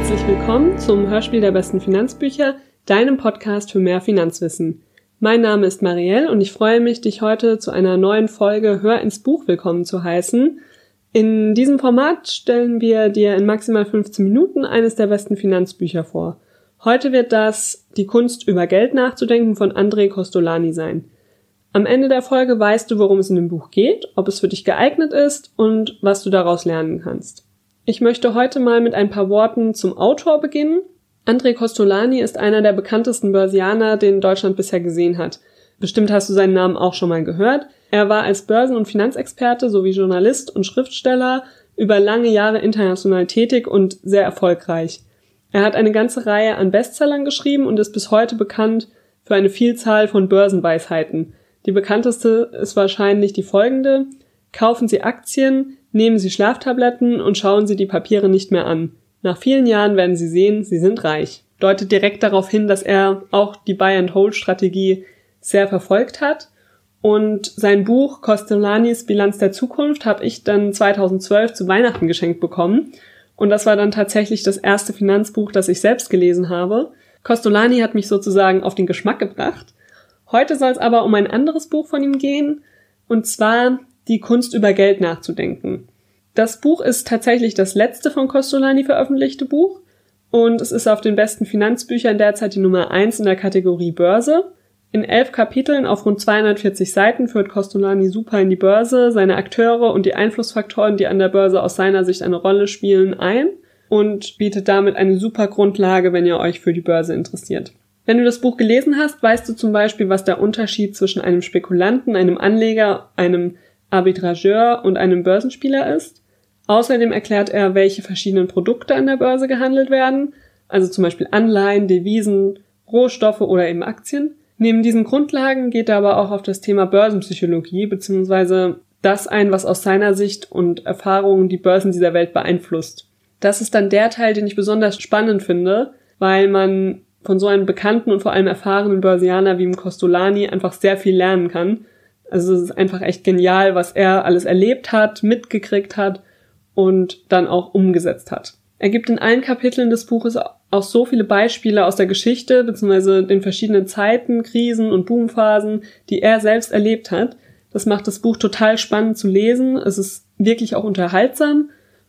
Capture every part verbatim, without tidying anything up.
Herzlich willkommen zum Hörspiel der besten Finanzbücher, deinem Podcast für mehr Finanzwissen. Mein Name ist Marielle und ich freue mich, dich heute zu einer neuen Folge Hör ins Buch willkommen zu heißen. In diesem Format stellen wir dir in maximal fünfzehn Minuten eines der besten Finanzbücher vor. Heute wird das Die Kunst über Geld nachzudenken von André Kostolany sein. Am Ende der Folge weißt du, worum es in dem Buch geht, ob es für dich geeignet ist und was du daraus lernen kannst. Ich möchte heute mal mit ein paar Worten zum Autor beginnen. André Kostolany ist einer der bekanntesten Börsianer, den Deutschland bisher gesehen hat. Bestimmt hast du seinen Namen auch schon mal gehört. Er war als Börsen- und Finanzexperte sowie Journalist und Schriftsteller über lange Jahre international tätig und sehr erfolgreich. Er hat eine ganze Reihe an Bestsellern geschrieben und ist bis heute bekannt für eine Vielzahl von Börsenweisheiten. Die bekannteste ist wahrscheinlich die folgende: Kaufen Sie Aktien, nehmen Sie Schlaftabletten und schauen Sie die Papiere nicht mehr an. Nach vielen Jahren werden Sie sehen, Sie sind reich. Deutet direkt darauf hin, dass er auch die Buy-and-Hold-Strategie sehr verfolgt hat. Und sein Buch Kostolanys Bilanz der Zukunft habe ich dann zweitausendzwölf zu Weihnachten geschenkt bekommen. Und das war dann tatsächlich das erste Finanzbuch, das ich selbst gelesen habe. Kostolany hat mich sozusagen auf den Geschmack gebracht. Heute soll es aber um ein anderes Buch von ihm gehen, und zwar Die Kunst über Geld nachzudenken. Das Buch ist tatsächlich das letzte von Kostolany veröffentlichte Buch und es ist auf den besten Finanzbüchern derzeit die Nummer eins in der Kategorie Börse. In elf Kapiteln auf rund zweihundertvierzig Seiten führt Kostolany super in die Börse, seine Akteure und die Einflussfaktoren, die an der Börse aus seiner Sicht eine Rolle spielen, ein und bietet damit eine super Grundlage, wenn ihr euch für die Börse interessiert. Wenn du das Buch gelesen hast, weißt du zum Beispiel, was der Unterschied zwischen einem Spekulanten, einem Anleger, einem Arbitrageur und einem Börsenspieler ist. Außerdem erklärt er, welche verschiedenen Produkte an der Börse gehandelt werden, also zum Beispiel Anleihen, Devisen, Rohstoffe oder eben Aktien. Neben diesen Grundlagen geht er aber auch auf das Thema Börsenpsychologie bzw. das ein, was aus seiner Sicht und Erfahrungen die Börsen dieser Welt beeinflusst. Das ist dann der Teil, den ich besonders spannend finde, weil man von so einem bekannten und vor allem erfahrenen Börsianer wie dem Kostolany einfach sehr viel lernen kann. Also es ist einfach echt genial, was er alles erlebt hat, mitgekriegt hat und dann auch umgesetzt hat. Er gibt in allen Kapiteln des Buches auch so viele Beispiele aus der Geschichte bzw. den verschiedenen Zeiten, Krisen und Boomphasen, die er selbst erlebt hat. Das macht das Buch total spannend zu lesen. Es ist wirklich auch unterhaltsam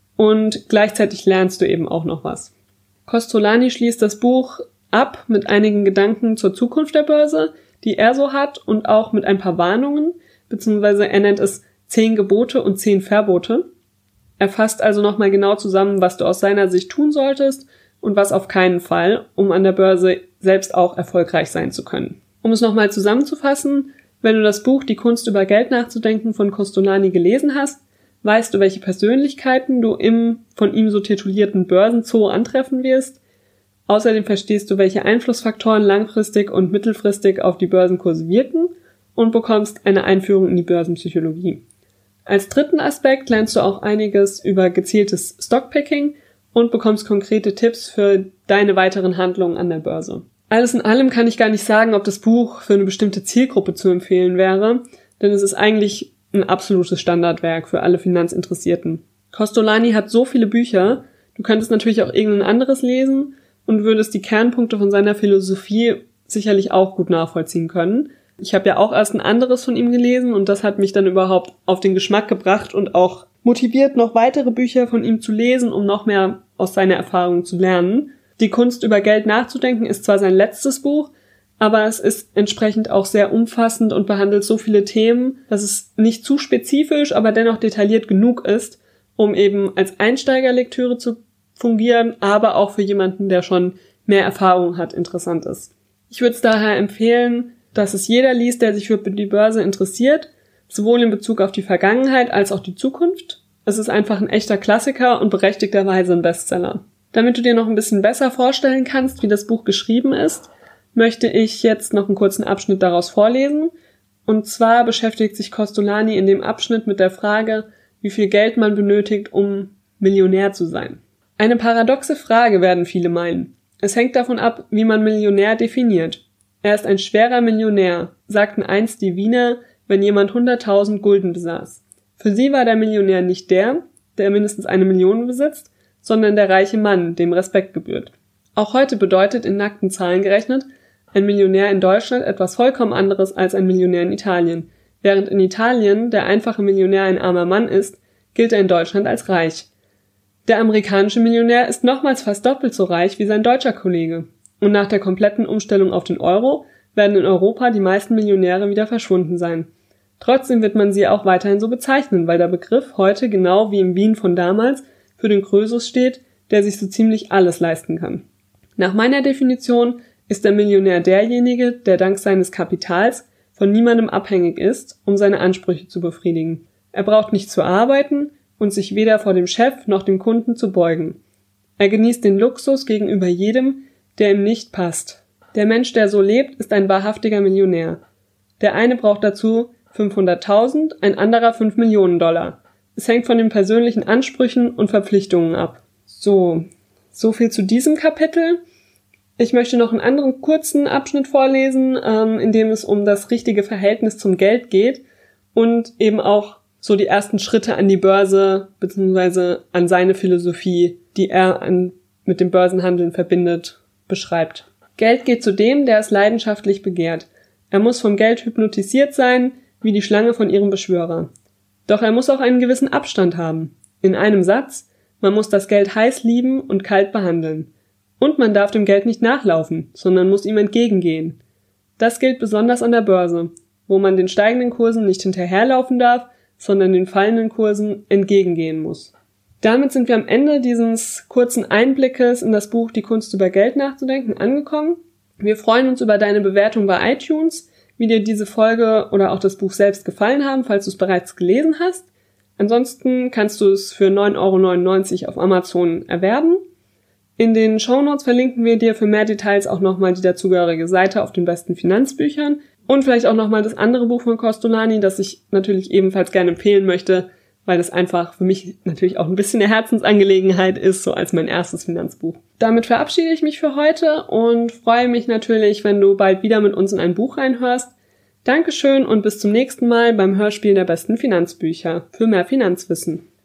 und gleichzeitig lernst du eben auch noch was. Kostolany schließt das Buch ab mit einigen Gedanken zur Zukunft der Börse, die er so hat, und auch mit ein paar Warnungen, beziehungsweise er nennt es zehn Gebote und zehn Verbote. Er fasst also nochmal genau zusammen, was du aus seiner Sicht tun solltest und was auf keinen Fall, um an der Börse selbst auch erfolgreich sein zu können. Um es nochmal zusammenzufassen, wenn du das Buch Die Kunst über Geld nachzudenken von Kostolany gelesen hast, weißt du, welche Persönlichkeiten du im von ihm so titulierten Börsenzoo antreffen wirst. Außerdem verstehst du, welche Einflussfaktoren langfristig und mittelfristig auf die Börsenkurse wirken und bekommst eine Einführung in die Börsenpsychologie. Als dritten Aspekt lernst du auch einiges über gezieltes Stockpicking und bekommst konkrete Tipps für deine weiteren Handlungen an der Börse. Alles in allem kann ich gar nicht sagen, ob das Buch für eine bestimmte Zielgruppe zu empfehlen wäre, denn es ist eigentlich ein absolutes Standardwerk für alle Finanzinteressierten. Kostolany hat so viele Bücher, du könntest natürlich auch irgendein anderes lesen und würdest die Kernpunkte von seiner Philosophie sicherlich auch gut nachvollziehen können. Ich habe ja auch erst ein anderes von ihm gelesen und das hat mich dann überhaupt auf den Geschmack gebracht und auch motiviert, noch weitere Bücher von ihm zu lesen, um noch mehr aus seiner Erfahrung zu lernen. Die Kunst über Geld nachzudenken ist zwar sein letztes Buch, aber es ist entsprechend auch sehr umfassend und behandelt so viele Themen, dass es nicht zu spezifisch, aber dennoch detailliert genug ist, um eben als Einsteigerlektüre zu fungieren, aber auch für jemanden, der schon mehr Erfahrung hat, interessant ist. Ich würde es daher empfehlen, dass es jeder liest, der sich für die Börse interessiert, sowohl in Bezug auf die Vergangenheit als auch die Zukunft. Es ist einfach ein echter Klassiker und berechtigterweise ein Bestseller. Damit du dir noch ein bisschen besser vorstellen kannst, wie das Buch geschrieben ist, möchte ich jetzt noch einen kurzen Abschnitt daraus vorlesen. Und zwar beschäftigt sich Kostolany in dem Abschnitt mit der Frage, wie viel Geld man benötigt, um Millionär zu sein. Eine paradoxe Frage, werden viele meinen. Es hängt davon ab, wie man Millionär definiert. Er ist ein schwerer Millionär, sagten einst die Wiener, wenn jemand hunderttausend Gulden besaß. Für sie war der Millionär nicht der, der mindestens eine Million besitzt, sondern der reiche Mann, dem Respekt gebührt. Auch heute bedeutet in nackten Zahlen gerechnet ein Millionär in Deutschland etwas vollkommen anderes als ein Millionär in Italien. Während in Italien der einfache Millionär ein armer Mann ist, gilt er in Deutschland als reich. Der amerikanische Millionär ist nochmals fast doppelt so reich wie sein deutscher Kollege. Und nach der kompletten Umstellung auf den Euro werden in Europa die meisten Millionäre wieder verschwunden sein. Trotzdem wird man sie auch weiterhin so bezeichnen, weil der Begriff heute genau wie im Wien von damals für den Krösus steht, der sich so ziemlich alles leisten kann. Nach meiner Definition ist der Millionär derjenige, der dank seines Kapitals von niemandem abhängig ist, um seine Ansprüche zu befriedigen. Er braucht nicht zu arbeiten und sich weder vor dem Chef noch dem Kunden zu beugen. Er genießt den Luxus gegenüber jedem, der ihm nicht passt. Der Mensch, der so lebt, ist ein wahrhaftiger Millionär. Der eine braucht dazu fünfhunderttausend, ein anderer fünf Millionen Dollar. Es hängt von den persönlichen Ansprüchen und Verpflichtungen ab. So, so viel zu diesem Kapitel. Ich möchte noch einen anderen kurzen Abschnitt vorlesen, ähm, in dem es um das richtige Verhältnis zum Geld geht und eben auch so die ersten Schritte an die Börse bzw. an seine Philosophie, die er an, mit dem Börsenhandeln verbindet, beschreibt. Geld geht zu dem, der es leidenschaftlich begehrt. Er muss vom Geld hypnotisiert sein, wie die Schlange von ihrem Beschwörer. Doch er muss auch einen gewissen Abstand haben. In einem Satz, man muss das Geld heiß lieben und kalt behandeln. Und man darf dem Geld nicht nachlaufen, sondern muss ihm entgegengehen. Das gilt besonders an der Börse, wo man den steigenden Kursen nicht hinterherlaufen darf, sondern den fallenden Kursen entgegengehen muss. Damit sind wir am Ende dieses kurzen Einblickes in das Buch Die Kunst über Geld nachzudenken angekommen. Wir freuen uns über deine Bewertung bei iTunes, wie dir diese Folge oder auch das Buch selbst gefallen haben, falls du es bereits gelesen hast. Ansonsten kannst du es für neun Euro neunundneunzig auf Amazon erwerben. In den Shownotes verlinken wir dir für mehr Details auch nochmal die dazugehörige Seite auf den besten Finanzbüchern und vielleicht auch nochmal das andere Buch von Costolani, das ich natürlich ebenfalls gerne empfehlen möchte, weil das einfach für mich natürlich auch ein bisschen eine Herzensangelegenheit ist, so als mein erstes Finanzbuch. Damit verabschiede ich mich für heute und freue mich natürlich, wenn du bald wieder mit uns in ein Buch reinhörst. Dankeschön und bis zum nächsten Mal beim Hörspiel der besten Finanzbücher für mehr Finanzwissen.